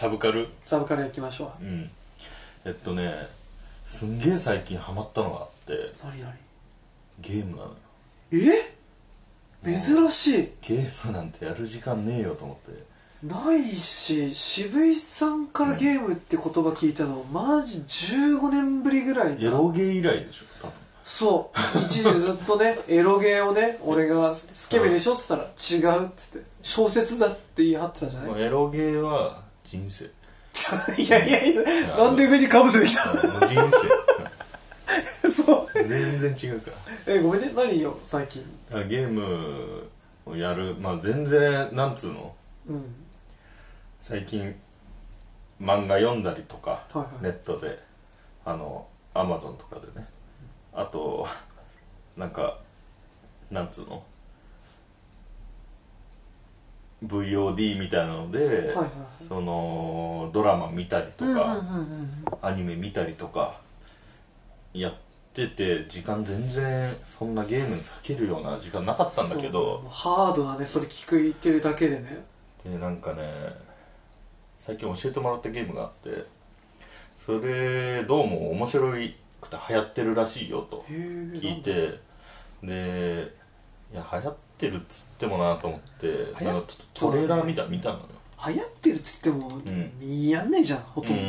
サブカル行きましょう。 すんげえ最近ハマったのがあって。 何ゲームなのよ。 珍しい。 ゲームなんてやる時間ねえよと思って。 ないし、渋井さんからゲームって言葉聞いたの、マジ15年ぶりぐらいな。 エロゲー以来でしょ多分。 そう一時ずっとねエロゲーをね俺がスケベでしょっつったら違うっつって小説だって言い張ってたじゃない。 エロゲーは人生いやなんで上にかぶせてきた人生そう全然違うかごめんね。何よ最近ゲームをやる。全然なんつうの、最近漫画読んだりとか、ネットでアマゾンとかでね、あとなんつうの VOD みたいなので、そのドラマ見たりとか、アニメ見たりとかやってて、時間全然そんなゲームに割けるような時間なかったんだけど、 ハードなねそれ聞いてるだけでね。 で最近教えてもらったゲームがあって、それどうも面白くて流行ってるらしいよと聞いて、でいや流行ってるっつってもなと思ってトレーラー見たのよ。 流行ってるっつっても、やんないじゃんほとんど。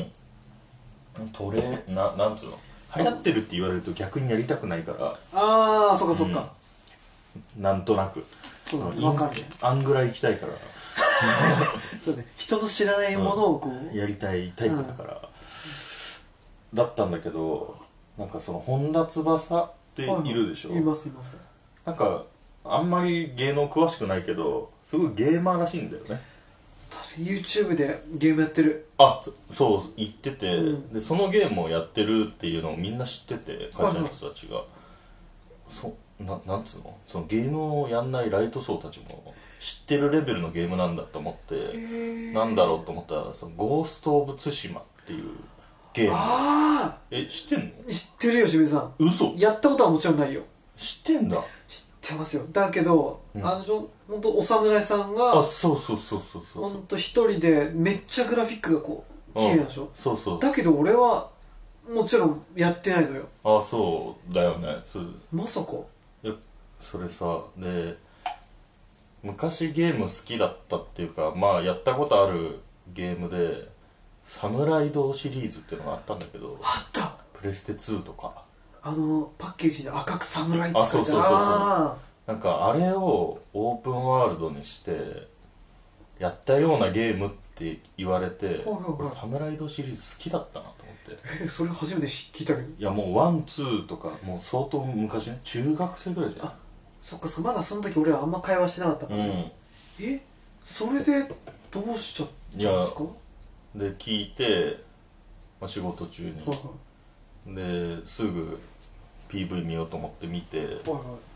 なんつうの、流行ってるって言われると逆にやりたくないから。 ああそっか、 なんとなくそうだね、分かるね。 あんぐらい行きたいからそうね、人の知らないものをこう、 やりたいタイプだから、だったんだけど、その本田翼っているでしょ。 いますあんまり芸能詳しくないけどすごいゲーマーらしいんだよね。 確かに YouTube でゲームやってる。 そう言ってて、でそのゲームをやってるっていうのをみんな知ってて、会社の人たちが、なんつうの、そのゲームをやんないライト層たちも知ってるレベルのゲームなんだと思って、なんだろうと思ったら、そのゴースト・オブ・ツシマっていうゲーム。知ってんの？ 知ってるよ渋井さん。 嘘？ やったことはもちろんないよ。 知ってんだ。 知ってますよ。だけど、ほんとお侍さんがそうほんと一人でめっちゃグラフィックがこう綺麗なんでしょ。 そうだけど俺はもちろんやってないのよ。 そうだよね。 まさか。 それさ、で昔ゲーム好きだったっていうか、やったことあるゲームでサムライドシリーズっていうのがあったんだけど。 あった。 プレステ2とか、 パッケージに赤くサムライって書いてあれをオープンワールドにしてやったようなゲームって言われて、サムライドシリーズ好きだったなと思って。 それ初めて聞いたけど。 いやもうワンツーとかもう相当昔ね、中学生ぐらいじゃん。 そっか、まだその時俺らあんま会話してなかったから、それでどうしちゃったんですか？ で聞いて、仕事中に、ですぐ PV 見ようと思って見て、くっ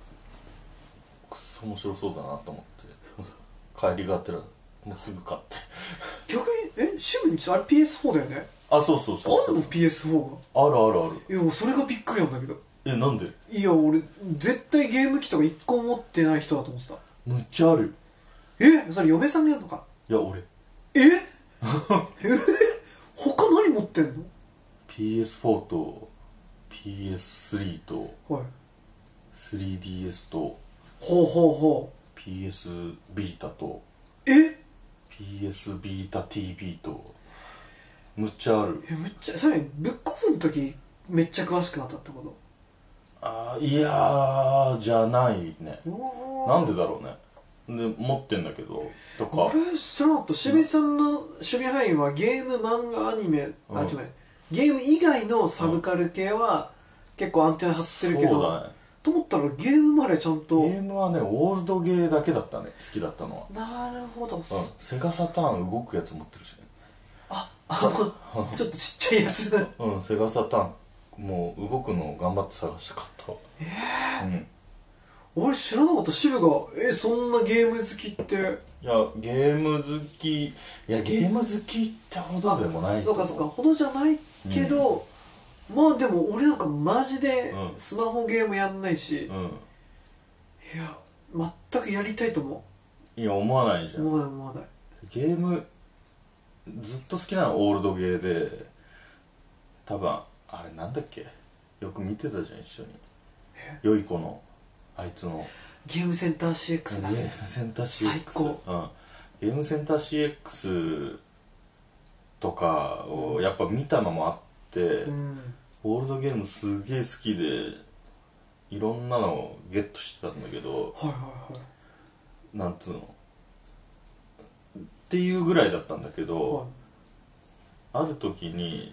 そ面白そうだなと思って帰りがてらもうすぐ買って。 逆に渋にあれ PS4 だよね。 そうあるの PS4 が。 ある。 いやそれがびっくりなんだけど。 なんで？ いや俺絶対ゲーム機とか1個持ってない人だと思ってた。 むっちゃある。 それ嫁さんがやるのか？ いや俺他何持ってんの？ PS4 と PS3 と 3DS とPS ビータとPS ビータ TV とむっちゃある。 めっちゃそれブックオフの時めっちゃ詳しくなったってこと？ いやーじゃないね。なんでだろうね。で持ってんだけどとか。 俺知らなかった。渋井さんの守備範囲はゲーム、漫画、アニメ、ゲーム以外のサブカル系は結構アンテナ張ってるけど、 そうだね。 と思ったらゲームまでちゃんと。 ゲームはねオールドゲーだけだったね、好きだったのは。 なるほど。 セガサターン動くやつ持ってるしね。 ちょっとちっちゃいやつ。 セガサターンもう動くのを頑張って探して買った。 俺知らなかった。渋がそんなゲーム好きって。 いやゲーム好きってほどでもない。 そうかほどじゃないけど、でも俺なんかマジでスマホゲームやんないし、いや全くやりたいと思う。 いや思わないじゃん。 思わない。 ゲームずっと好きなのはオールドゲーで、多分あれなんだっけ、よく見てたじゃん一緒に。良い子のあいつのゲームセンター CX だ。 ゲームセンター CX、 最高。 うん、ゲームセンター CX とかをやっぱ見たのもあって、 うん、 オールドゲームすげえ好きでいろんなのをゲットしてたんだけど、 はいはいはい、 なんつうのっていうぐらいだったんだけど、はい、ある時に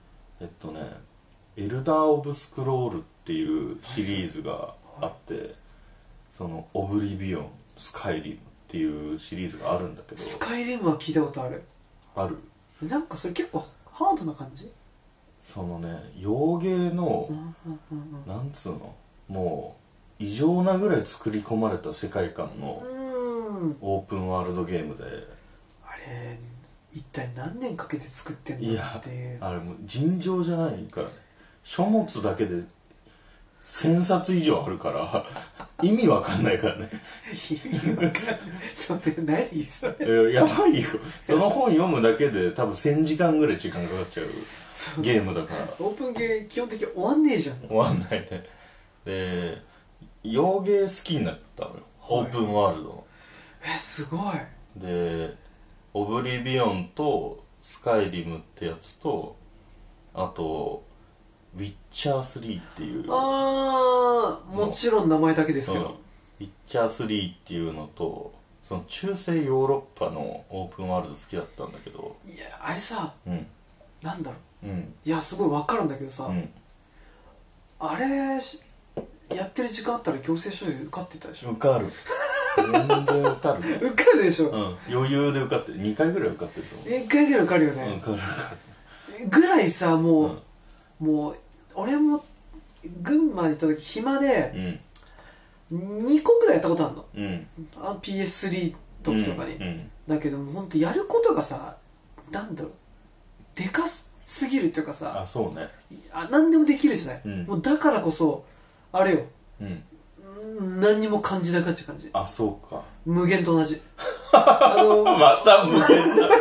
エルダー・オブ・スクロールっていうシリーズがあって、はい、そのオブリビオン、スカイリムっていうシリーズがあるんだけど。 スカイリムは聞いたことある。 ある。 なんかそれ結構ハードな感じ。 そのね、洋芸の、なんつうの、もう異常なぐらい作り込まれた世界観のオープンワールドゲームで、 あれ一体何年かけて作ってんだっていう。 いやあれもう尋常じゃないからね。書物だけで1000冊以上あるから意味わかんないからね。 意味わかんない。それ何それ。 やばいよ。その本読むだけで多分1000時間ぐらい時間かかっちゃうゲームだから。 オープンゲー基本的に終わんねえじゃん。 終わんないね。で洋ゲー好きになったのよ、オープンワールドの。 すごい。 でオブリビオンとスカイリムってやつと、あとウィッチャー3っていう、 もちろん名前だけですけど、 ウィッチャー3っていうのと、その中世ヨーロッパのオープンワールド好きだったんだけど。 いやあれさ、うん、なんだろう、うん、いやすごい分かるんだけどさ、うん、あれやってる時間あったら行政書士で受かってたでしょ。 受かる。全然受かるね。 受かるでしょ、うん、 余裕で受かってる。2回ぐらい受かってると思う。 1回ぐらい受かるよね。 受かるぐらいさ、もう、もう俺も群馬に行った時暇で、2個ぐらいやったことあるの、うん、PS3 時とかに、だけどもうほんとやることがさ、なんだろう、でかすぎるっていうかさ、 あ、そうね、 何でもできるじゃない、もうだからこそあれよ、何にも感じなかった感じ。 あ、そうか。 無限と同じ。 また無限だ。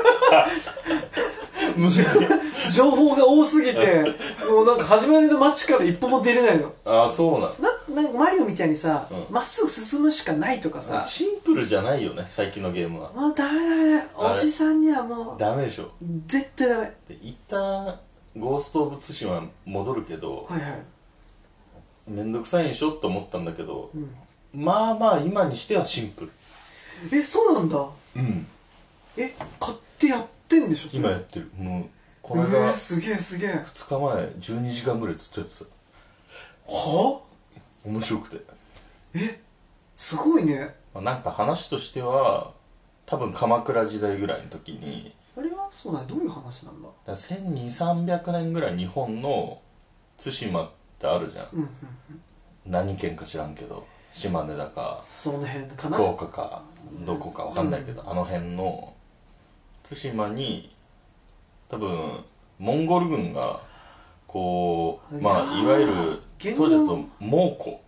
情報が多すぎて、もうなんか始まりの街から一歩も出れないの。 あ、そうなんかマリオみたいにさ、まっすぐ進むしかないとかさ、 シンプルじゃないよね最近のゲームは。 もうダメ、おじさんにはもうダメでしょ。 絶対ダメ。 で一旦ゴースト・オブ・ツシマ戻るけど、はいはい、めんどくさいんでしょと思ったんだけど、まあまあ今にしてはシンプル。 そうなんだ。買ってやってんでしょ。 今やってる。もうこれがすげえすげえ。 2日前12時間ぐらいずっとやってた。 はあ、 面白くて。 すごいね。 なんか話としては多分鎌倉時代ぐらいの時に、 あれはそうだね、どういう話なんだ。 1200-300年ぐらい日本の対馬ってあるじゃん、何県か知らんけど、島根だかその辺かな、 福岡かどこかわかんないけど、あの辺の対馬に多分モンゴル軍がこう、まあいわゆる当時だと蒙古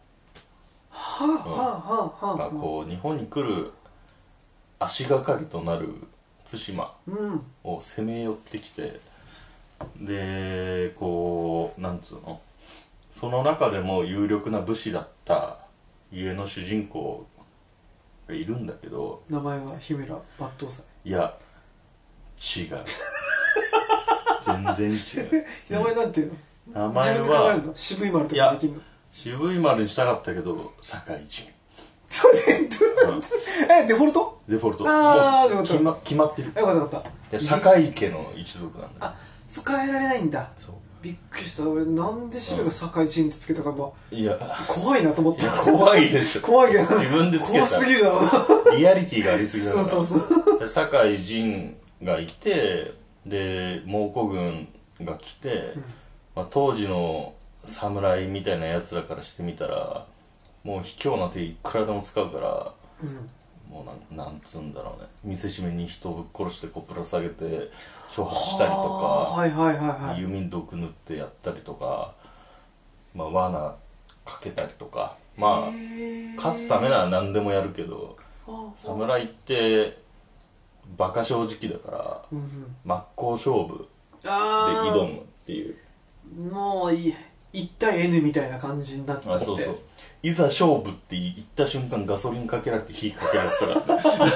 がこう日本に来る足がかりとなる対馬を攻め寄ってきて、でこうなんつうの、その中でも有力な武士だった家の主人公がいるんだけど、 名前は日村抜刀斎。 いや違う。全然違う。 名前なんていうの？ 名前は自分で考えるの？渋い丸とかできるの？ 渋い丸にしたかったけど堺人。 それデフォルト？ デフォルト。 ああ、そうもう決まってる。 よかったよかった。 堺家の一族なんだ。 あ、変えられないんだ。そう。びっくりした。俺なんで渋が堺人ってつけたかも。いや怖いなと思った。 怖いですよ。 怖いけど自分でつけた。 怖すぎるな。 リアリティがありすぎだから。 そう堺人がいて、で蒙古軍が来て、まあ、当時の侍みたいなやつらからしてみたらもう卑怯な手いくらでも使うから、もうなんつうんだろうね、見せしめに人をぶっ殺してこうぶら下げて挑発したりとか、弓毒塗ってやったりとか、まあ、罠かけたりとか、まあ勝つためなら何でもやるけど、侍ってバカ正直だから、 うんうん、 真っ向勝負で挑むっていう、 もう1対 N みたいな感じになっちゃって。 そうそう、いざ勝負って言った瞬間ガソリンかけられて火かけられてた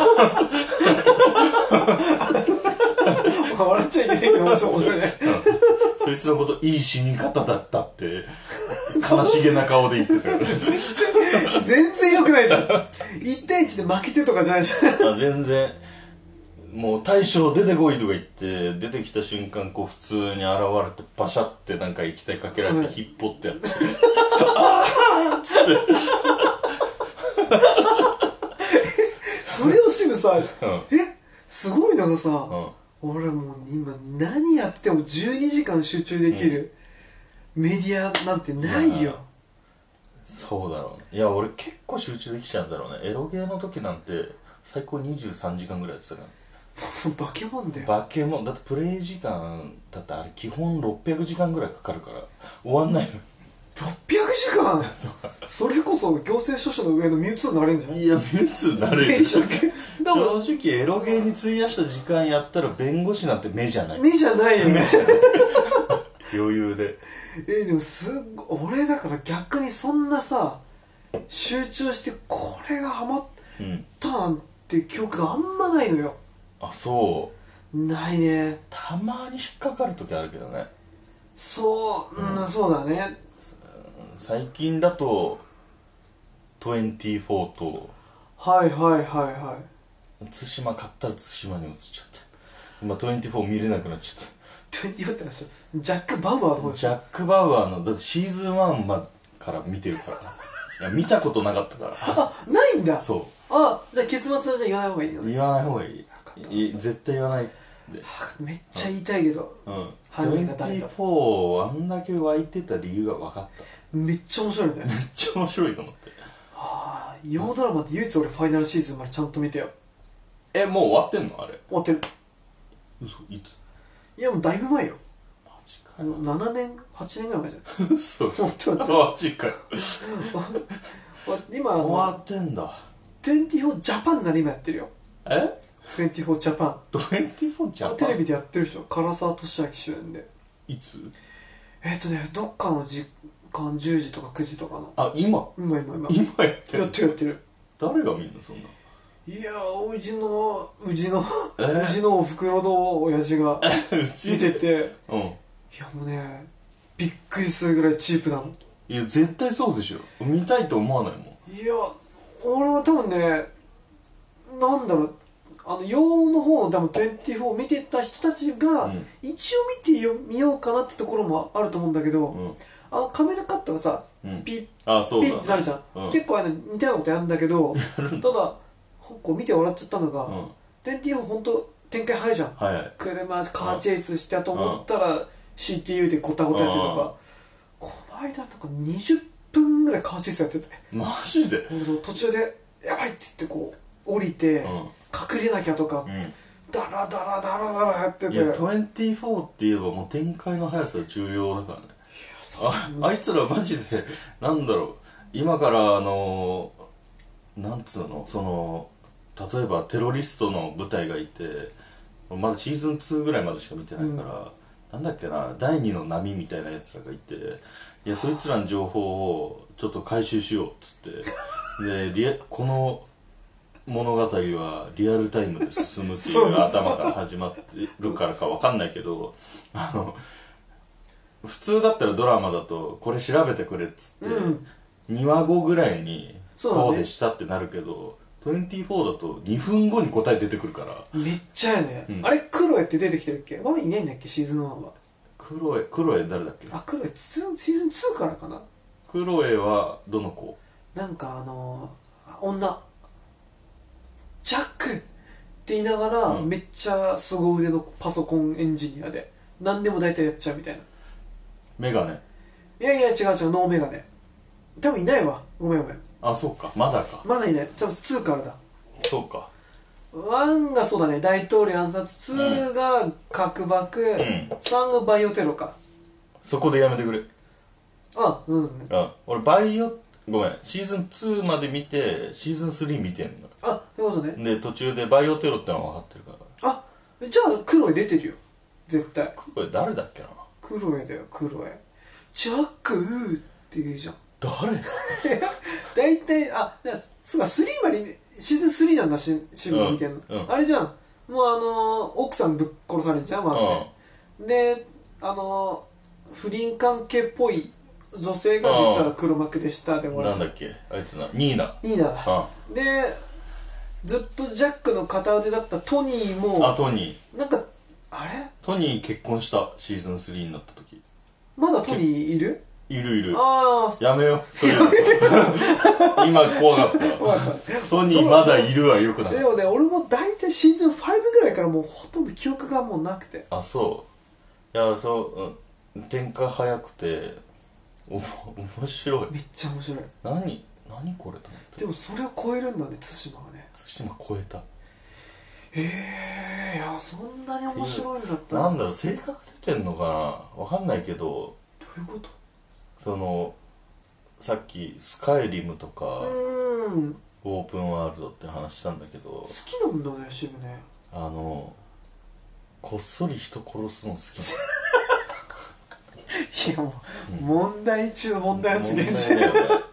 からね笑っちゃいけないけど面白いね、 そいつのこといい死に方だったって悲しげな顔で言ってたよ全然良くないじゃん。1対1で負けてとかじゃないじゃん。 全然もう大将出てこいとか言って出てきた瞬間こう普通に現れてバシャってなんか液体かけられて引っ張ってやって、あーっつってそれをしぐさ、 うん、 すごいのがさ、 うん、 俺もう今何やっても12時間集中できるメディアなんてないよ、 そうだろうね。いや俺結構集中できちゃうんだろうね。エロゲーの時なんて最高23時間ぐらいやってたからバケモンだよ。 バケモンだってプレイ時間だってあれ基本600時間ぐらいかかるから終わんないの 600時間それこそ行政書士の上のミュウツーになれんじゃん。 いやミュウツーになれる正直エロゲーに費やした時間やったら弁護士なんて目じゃない目じゃないよね余裕ででも俺だから逆にそんなさ集中してこれがハマったなんて記憶があんまないのよ。 あ、そうないね。 たまに引っかかる時あるけどね。 そう、そうだね。 最近だと24とはいはいはいはい。 対馬買ったら対馬に移っちゃった。今24見れなくなっちゃった。 24ってのはジャック・バウアーの方でしょ。 ジャック・バウアーのだってシーズン1までから見てるからいや見たことなかったからあ、ないんだ。 そう。 じゃあ結末はじゃあ言わない方がいいよね。 言わない方がいい。絶対言わないで。 めっちゃ言いたいけど、 犯人が誰か。24あんだけ湧いてた理由が分かった。 めっちゃ面白いね。 めっちゃ面白いと思って。 洋ドラマで唯一俺ファイナルシーズンまでちゃんと見てよ。 もう終わってんのあれ。 終わってる。 嘘、いつ？ いやもうだいぶ前よ。 マジかよ。 7年8年ぐらい前じゃないそう。 終わってる。 マジかよ。 今終わってんだ。 24ジャパンなら今やってるよ。24ジャパン。 24ジャパンテレビでやってるでしょ。唐沢寿明主演で。 いつ？ どっかの時間10時とか9時とかの。 あ、今今やってる。 やってる。 誰が見んのそんな。 いやうちのおふくろの親父が見てていやもうねびっくりするぐらいチープなの。 いや絶対そうでしょ。見たいと思わないもん。 いや俺は多分ねなんだろう洋の方の多分24を見てた人たちが、一応見ようかなってところもあると思うんだけど、カメラカットがさ、ピッピッってなるじゃん、結構似たようなことやるんだけどただこう見て笑っちゃったのが、24本当展開早いじゃん、車カーチェイスしたと思ったら、CTU でゴタゴタやってとか、この間なんか20分ぐらいカーチェイスやってて、 マジで途中でやばいって言ってこう降りて、隠れなきゃとか、ダラダラダラダラやってて。いや 24って言えばもう展開の速さが重要だからね。あいつらマジでなんだろう、今からなんつうの、例えばテロリストの部隊がいてまだシーズン2ぐらいまでしか見てないから、なんだっけな、第2の波みたいなやつらがいて、いやそいつらの情報をちょっと回収しようっつってでこの物語はリアルタイムで進むっていう頭から始まってるからかわかんないけど、普通だったらドラマだとこれ調べてくれっつって、2話後ぐらいにこうでしたってなるけど、24だと2分後に答え出てくるから。 めっちゃやね、あれクロエって出てきてるっけ？ワンいないんだっけシーズン1は。クロエ誰だっけ？ クロエシーズン2からかな。 クロエはどの子？ なんか女ジャックって言いながら、めっちゃ凄腕のパソコンエンジニアで何でも大体やっちゃうみたいな。 メガネ？ いや違うノーメガネ。多分いないわ。ごめん。 そうか、まだか。 まだいない。多分2からだ。 そうか。 1がそうだね、大統領暗殺。2が核爆、3がバイオテロか。 そこでやめてくれ。俺ごめん、シーズン2まで見てシーズン3見てんの。 そういうことね。 で途中でバイオテロってのは分かってるから。 じゃあクロエ出てるよ絶対。 これ誰だっけな。 クロエだよクロエ。ジャックーって言うじゃん。 誰大体そうか3までシーズン3なんだしシブみたいな、あれじゃん。もう奥さんぶっ殺されんじゃん、で不倫関係っぽい女性が実は黒幕でしたでもなんだっけあいつな、ニーナだ。でずっとジャックの片腕だったトニーもトニーなんかあれトニー結婚したシーズン3になった時。 まだトニーいる？ いる。 ああやめよそれ今怖かったトニーまだいるはよくない。 でもね俺も大体シーズン5ぐらいからもうほとんど記憶がもうなくて。 そう。いや展開早くて面白い。 めっちゃ面白い。 何これと思って。 でもそれを超えるんだね対馬がね。 対馬超えた。 いやそんなに面白いんだったら。 なんだろう性格出てんのかなわかんないけど。 どういうこと？ さっきスカイリムとかオープンワールドって話したんだけど、 好きなんだねシブね。 こっそり人殺すの好きいやもう、問題中の問題発言じゃん。もう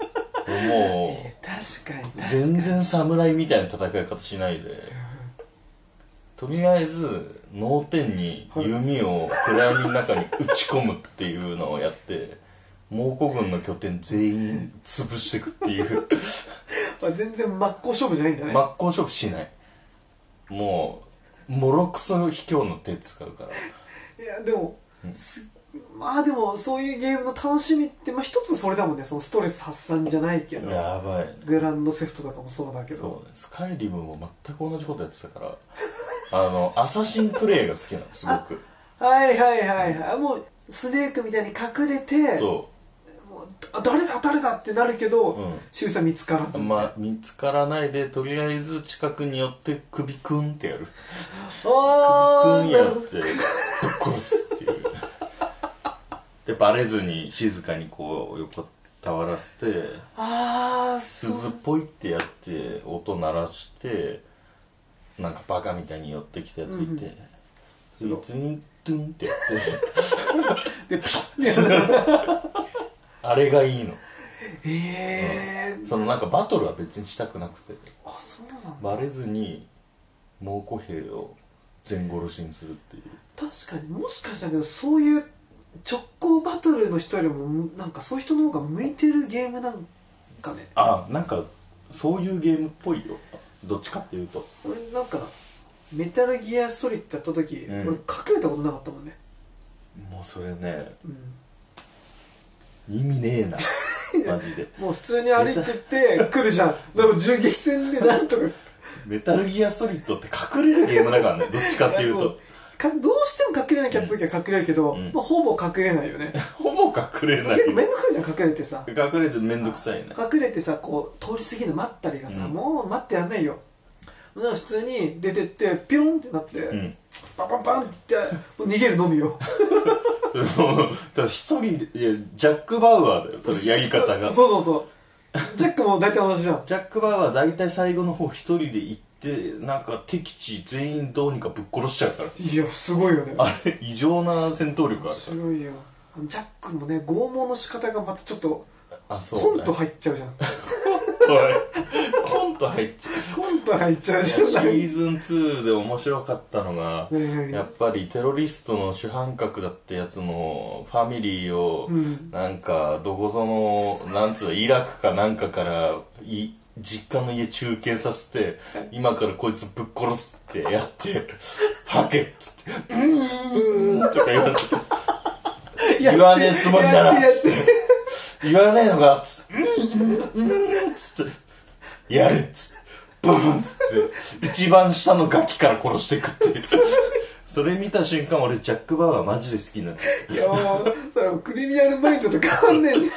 確かに全然侍みたいな戦い方しないで、とりあえず脳天に弓を暗闇の中に打ち込むっていうのをやって蒙古軍の拠点全員潰していくっていう全然真っ向勝負じゃないんだね。 真っ向勝負しない。もうもろくそ卑怯の手使うから。 いやでも、まあでもそういうゲームの楽しみって一つそれだもんね。そのストレス発散じゃないけど。 やばい、ね、 グランドセフトとかもそうだけど。 そうね、スカイリムも全く同じことやってたからアサシンプレイが好きなのすごく。 はいもうスネークみたいに隠れて、 そうもう誰だってなるけど、シュウさん見つからず。 見つからないでとりあえず近くに寄って首くんってやる。首くんやってぶっ殺すっていうでバレずに静かにこう横たわらせて鈴ポイってやって音鳴らしてなんかバカみたいに寄ってきたやついて、そいつにドゥンってやってでプシッあれがいいの。なんかバトルは別にしたくなくて、 そうなんだ。 バレずに蒙古兵を全殺しにするっていう。 確かにもしかしたらけどそういう直行バトルの人よりもなんかそういう人の方が向いてるゲームなんかね。 なんかそういうゲームっぽいよ。どっちかっていうと俺なんかメタルギアソリッドやった時、俺隠れたことなかったもんね。 もうそれね、意味ねえなマジでもう普通に歩いてって来るじゃん。でも銃撃戦でなんとかメタルギアソリッドって隠れるゲームだからねどっちかっていうとどうしても隠れなきゃって時は隠れるけど、ほぼ隠れないよね。 ほぼ隠れない。 結構めんどくさいじゃん隠れてさ。 隠れてめんどくさいね。 隠れてさこう通り過ぎるの待ったりがさ、もう待ってやんないよ。普通に出てってピョンってなって、パンパンパンって言ってもう逃げるのみよ。 それもだ一人でジャック・バウアーだよそれやり方が。 そうジャックも大体同じじゃん。 ジャック・バウアー大体最後の方一人で行ってなんか敵地全員どうにかぶっ殺しちゃうから。 いやすごいよね。 あれ異常な戦闘力あるから。 面白いよ。ジャックもね拷問の仕方がまたちょっとそうコント入っちゃうじゃん。 コント入っちゃう。 コント入っちゃうじゃん。 シーズン2で面白かったのがやっぱりテロリストの主犯格だったやつのファミリーをなんかどこぞのなんつうのイラクかなんかから実家の家中継させて今からこいつぶっ殺すってやって吐けっつってとか言われて言わねえつもりだな言わねえのかっつってつってやれっつってブーンっつって一番下のガキから殺していくっていうそれ見た瞬間俺ジャック・バウアーマジで好きになって。 いやもうそれクリミナルマインドと変わんねえね。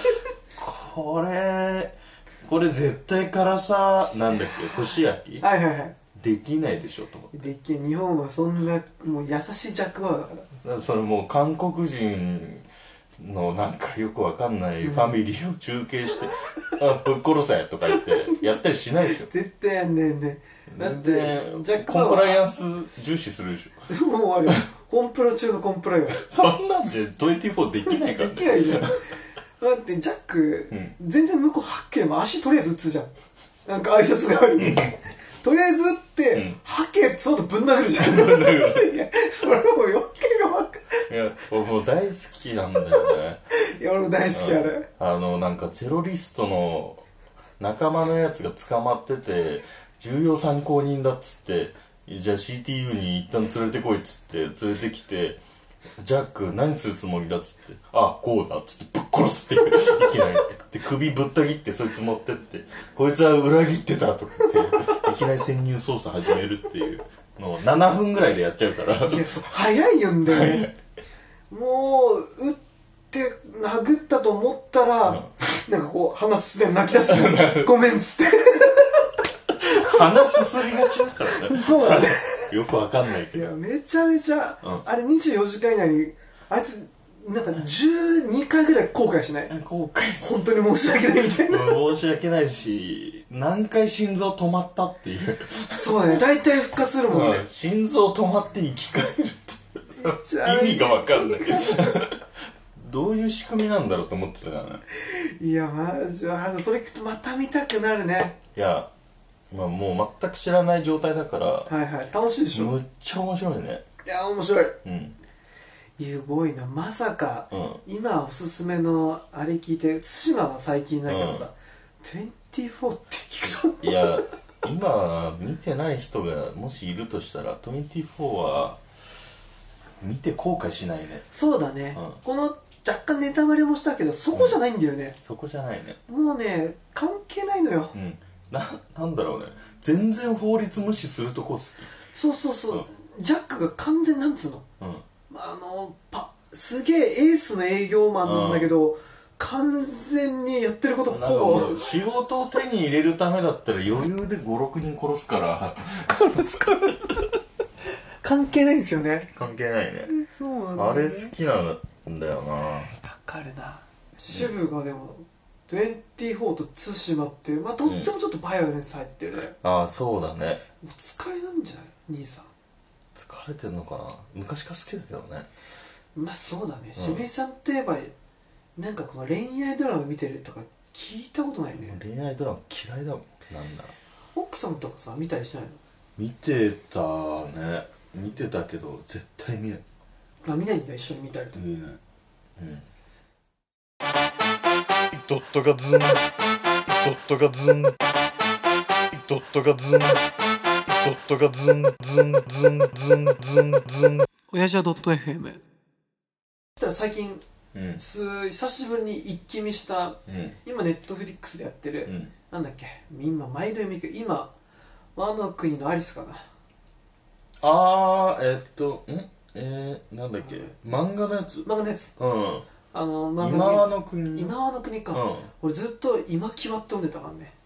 これ絶対辛さなんだっけ年明できないでしょと思って。 日本はそんなもう優しいジャック・バウアーだから。 それもう韓国人のなんかよくわかんないファミリーを中継してぶっ殺せとか言ってやったりしないでしょ。 絶対やんねえね。 全然コンプライアンス重視するでしょ。もうあれコンプラ中のコンプラよ。 そんなんで24できないから、 ね、できないじゃん。だってジャック、全然向こうはっけも足とりあえず打つじゃん。なんか挨拶代わりに。とりあえず打って、はっけそうとぶん殴るじゃん。いや、それも余計が分かる。いや、僕も大好きなんだよね。 いや、俺も大好きあれ。 なんかテロリストの仲間のやつが捕まってて、重要参考人だっつって、じゃあ CTU に一旦連れてこいっつって連れてきて、ジャック何するつもりだっつって、あ、こうだっつってぶっ殺すっていう、いきなり。で、首ぶった切ってそいつ持ってって、こいつは裏切ってたとか言って、いきなり潜入捜査始めるっていうのを7分ぐらいでやっちゃうから。いや、 早いよんだよね。もう、撃って殴ったと思ったら、なんかこう、鼻すすで泣き出すの。ごめんっつって。 鼻すすりがちだからね。 そうだね。 よくわかんないけど。 いや、めちゃめちゃ、あれ24時間以内に、あいつ、なんか12回ぐらい後悔しない？ 後悔本当に申し訳ないみたいな。 申し訳ないし、何回心臓止まったっていう。 そうだね、大体復活するもんね。 心臓止まって生き返るって。意味がわかんない。どういう仕組みなんだろうと思ってたからね。 いや、それ聞くとまた見たくなるね。 いや、もう全く知らない状態だから。 はいはい、楽しいでしょ。 むっちゃ面白いね。 いや、面白い。すごいな、まさか、今おすすめのあれ聞いて、対馬は最近だけどさ、24って聞くと。 いや、今見てない人がもしいるとしたら、24は見て後悔しないね。 そうだね。この若干ネタバレもしたけど、そこじゃないんだよね。 そこじゃないね。 もうね、関係ないのよ。 なんだろうね。全然法律無視するとこ好き。 そう。ジャックが完全なんつうの。すげえエースの営業マンなんだけど、完全にやってることほぼ仕事を手に入れるためだったら余裕で5、6人殺すから関係ないんですよね。 関係ないね。 そうなんだ、ね、 あれ好きなんだよな。 わかるな。シブがでも24と対馬っていう、まあどっちもちょっとバイオレンス入ってるね。 ああ、そうだね。 お疲れなんじゃない兄さん。 疲れてんのかな。昔から好きだけどね。 まあそうだね。渋井さんといえばなんかこの恋愛ドラマ見てるとか聞いたことないね。 恋愛ドラマ嫌いだもん。なんだ奥さんとかさ見たりしないの？ 見てたね。見てたけど絶対見ない。 あ、見ないんだ。一緒に見たりとか。 見ない。ドットがズン、ドットがズン、ドットがズン、ドットがズンズンズンズンズンズン。 親父はドット FM。そしたら最近、久しぶりに一気見した、今ネットフリックスでやってる、なんだっけ、今毎度読み今ワノ国のアリスかな。 なんだっけ、漫画のやつ。 漫画のやつ。 今和の国。 今和の国か。俺ずっと今際って読んでたからね。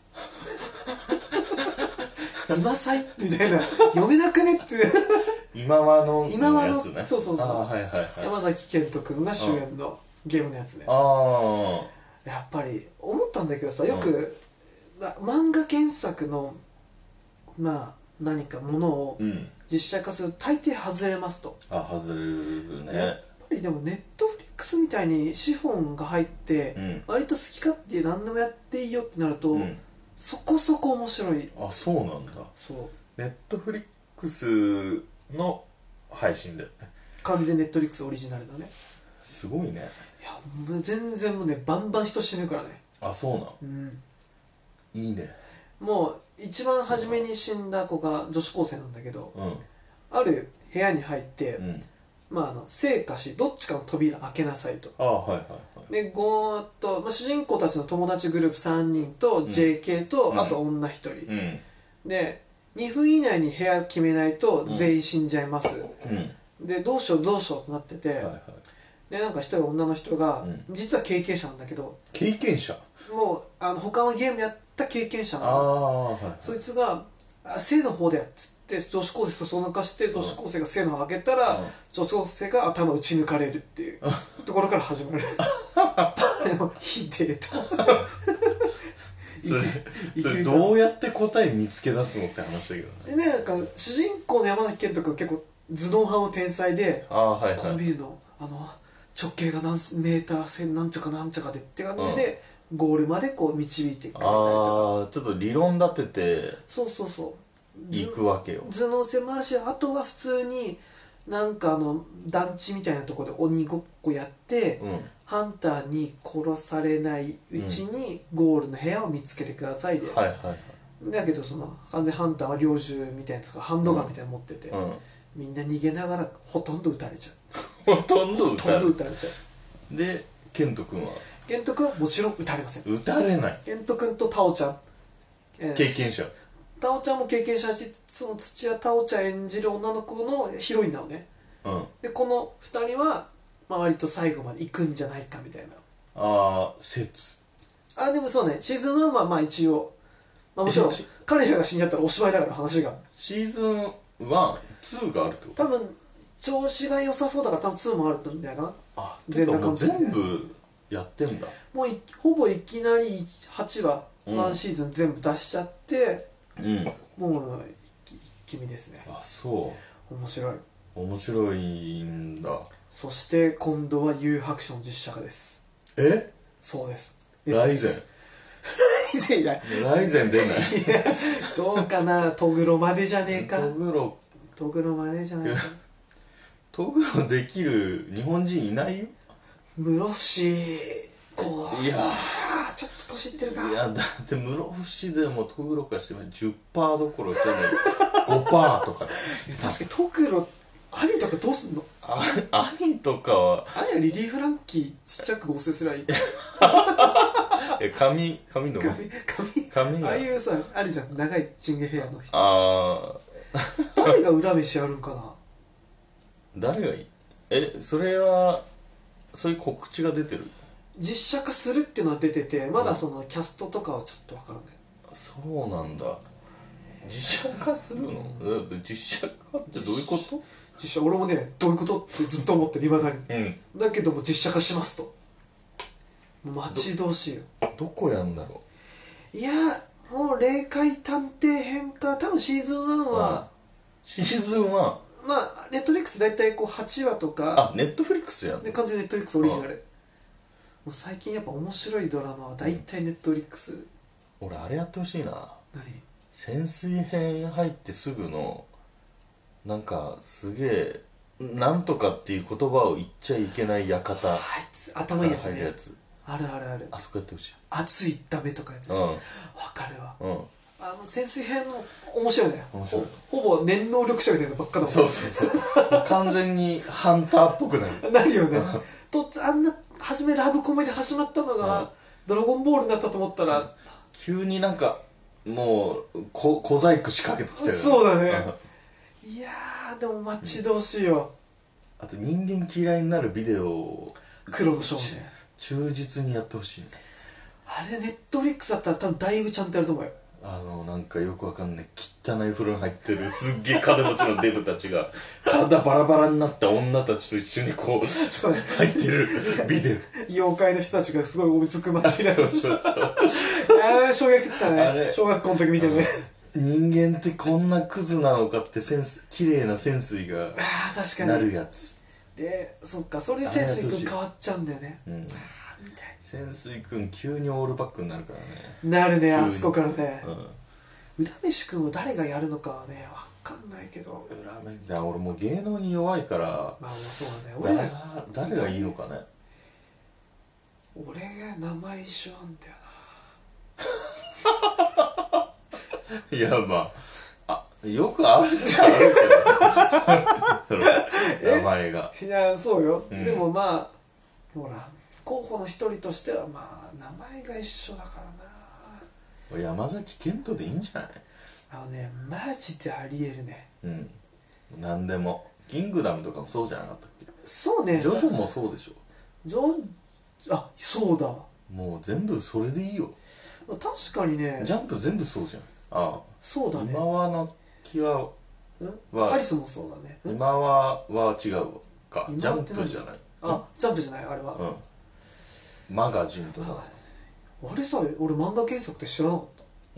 今さいみたいな、読めなくねって今和のやつね。 そう山崎賢人君が主演のゲームのやつね。やっぱり思ったんだけどさ、よく、漫画原作の何かものを実写化すると大抵外れますと。 外れるね。 やっぱりでもネットフリックスみたいに資本が入って、割と好き勝手何でもやっていいよってなると、そこそこ面白い。 そうなんだ。ネットフリックスの配信だよね。 完全ネットフリックスオリジナルだね。 すごいね。 いやもう全然もうね、バンバン人死ぬからね。 そうなん。いいね。 もう一番初めに死んだ子が女子高生なんだけど、ある部屋に入って、生か死どっちかの扉開けなさいと。でゴーッと、主人公たちの友達グループ3人と JK と、あと女1人、で2分以内に部屋決めないと全員死んじゃいます、でどうしようとなってて、でなんか1人女の人が、実は経験者なんだけど。 経験者？ もう他のゲームやった経験者なの。そいつが生の方でやっつって女子高生そそのかして、女子高生が生の方開けたら、女子高生が頭打ち抜かれるっていうところから始まる。ひでえと。 それどうやって答え見つけ出すのって話だけどね。 でなんか主人公の山崎賢人君結構頭脳派の天才で、 はいはい、 このビルの直径が何メーター線なんちゃかなんちゃかでって感じで、ゴールまでこう導いてくれたりとか、 ちょっと理論立ててそうそうそう行くわけよ。 頭脳戦もあるし、あとは普通になんか団地みたいなところで鬼ごっこやって、ハンターに殺されないうちにゴールの部屋を見つけてくださいで、 はいはいはい、 だけどその完全ハンターは猟銃みたいなとかハンドガンみたいなの持ってて、みんな逃げながらほとんど撃たれちゃうほとんど撃たれちゃう。 でケント君はもちろん撃たれません。 撃たれない。 ケント君とタオちゃん、 経験者。 タオちゃんも経験者し、その土屋タオちゃん演じる女の子のヒロインなのね、でこの2人は、割と最後まで行くんじゃないかみたいな説。 でもそうね、シーズン1は一応、もちろん彼らが死んじゃったらおしまいだから話が。 シーズン1、2があるってこと？ 多分調子が良さそうだから多分2もあるんだよな。 全部やってんだ。 もうほぼいきなり8話、1シーズン全部出しちゃって、もう一気見ですね。 そう面白い。 面白いんだ。 そして今度は有白書の実写化です。そうです。 ライゼンライゼン出ないどうかな、トグロまでじゃねえか。 トグロまでじゃないか。 トグロできる日本人いないよ。 室伏いやちょっと年いってるか。 いやだって室伏でもトグロからしても 10% どころじゃない 5% とか確かにトグロ兄とかどうすんの？ 兄とかは兄はリリー・フランキーちっちゃく合成すりゃいい髪がああいうさあるじゃん、長いチンゲヘアの人。誰が裏飯やるんかな。 誰がいい？それはそういう告知が出てる？ 実写化するっていうのは出てて、まだそのキャストとかはちょっとわからない。 そうなんだ。実写化するの？実写化ってどういうこと？ 実写、俺もねどういうことってずっと思ってる未だに、だけども実写化しますと。待ち遠しいよ。 どこやんだろう。いやもう霊界探偵編か。多分シーズン1はシーズン 1？ ネットフリックス大体こう8話とか。 ネットフリックスやんの？ 完全にネットフリックスオリジナル。もう最近やっぱ面白いドラマは大体ネットフリックス。 俺あれやってほしいな。 何？ 潜水編入ってすぐのなんかすげえなんとかっていう言葉を言っちゃいけない館、 頭いいやつね。ある。 あそこやってほしい。 熱いダメとかやつでしょ。わかるわ。潜水編も面白いね。ほぼ念能力者みたいなのばっかだもん。 そう完全にハンターっぽくなるよねあんな初めラブコメで始まったのがドラゴンボールになったと思ったら急になんかもう小細工仕掛けてきたよね。 そうだねいやでも待ち遠しいよ。 あと人間嫌いになるビデオを黒の少年忠実にやってほしいね。 あれネットフリックスだったら多分だいぶちゃんとやると思うよ。 なんかよくわかんない汚い風呂に入ってるすっげえ金持ちのデブたちが体バラバラになった女たちと一緒にこう入ってるビデオ妖怪の人たちがすごいうずくまってるやつ衝撃だったね。小学校の時見てね人間ってこんなクズなのかって綺麗な潜水がなるやつで、そっかそれで潜水君変わっちゃうんだよね。 潜水君急にオールバックになるからね。 なるね、あそこからね。浦飯君を誰がやるのかはね分かんないけど。 俺もう芸能に弱いからそうだね。 誰がいいのかね。 俺が名前一緒なんだよないやよくあるっちゃあるけど名前が。 いやそうよ、でもほら候補の一人としては名前が一緒だからな。 山崎賢人でいいんじゃない？ マジでありえるね。 何でもキングダムとかもそうじゃなかったっけ？ そうね。 ジョジョもそうでしょ。 そうだわ。 もう全部それでいいよ。 確かにね。 ジャンプ全部そうじゃん。 そうだね。 今はの木はアリスもそうだね。 今は違うか。ジャンプじゃない。 ジャンプじゃないあれは。 マガジンとかあれさ、俺漫画原作って知らなかった。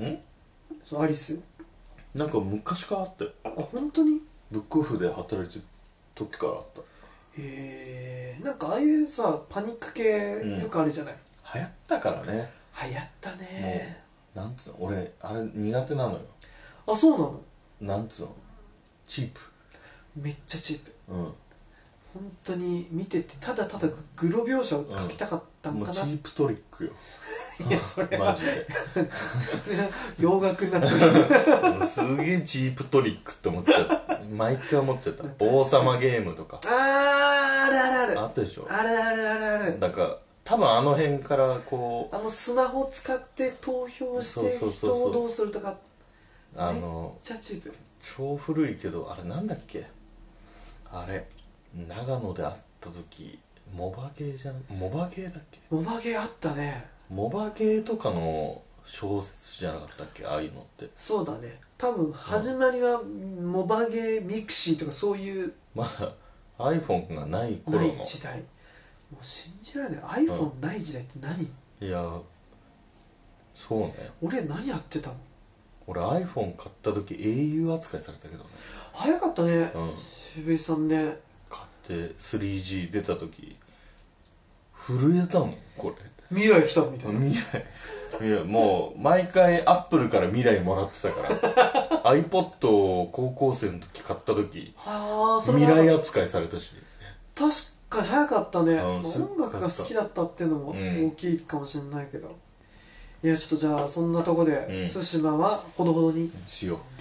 そのアリスなんか昔からあったよ。 あ、本当に？ ブックオフで働いてる時からあった。 へえ。なんかああいうさパニック系よくあるじゃない、 流行ったからね。 流行ったね。 なんつうの、俺あれ苦手なのよ。 あ、そうなの？ なんつうの、チープ。 めっちゃチープ。 本当に見ててただただグロ描写を描きたかったんかな、 もうチープトリックよ。 いやそれマジで洋楽になってるすげえチープトリックって思っちゃった。毎回思っちゃった。王様ゲームとかあるあるあるあったでしょ。 あるあるあるある。 だから多分あの辺からこうスマホ使って投票して人をどうするとか、めっちゃチープ。 超古いけど、あれなんだっけ、あれ長野で会った時モバゲーだっけ。 モバゲーあったね。 モバゲーとかの小説じゃなかったっけ、ああいうのって。 そうだね、多分始まりはモバゲーミクシーとかそういうまだ iPhone がない頃のない時代。もう信じられない。 iPhone ない時代って何？ いやそうね。 俺何やってたの？ 俺 iPhone 買った時英雄扱いされたけどね。 早かったね、渋井さんね。 買って 3G 出た時震えたもん。これ未来来たみたいな。 未来もう毎回アップルから未来もらってたからiPod を高校生の時買った時未来扱いされたし。 確かに早かったね、 音楽が好きだったっていうのも大きいかもしれないけど、いやちょっとじゃあそんなとこで、対馬はほどほどにしよう。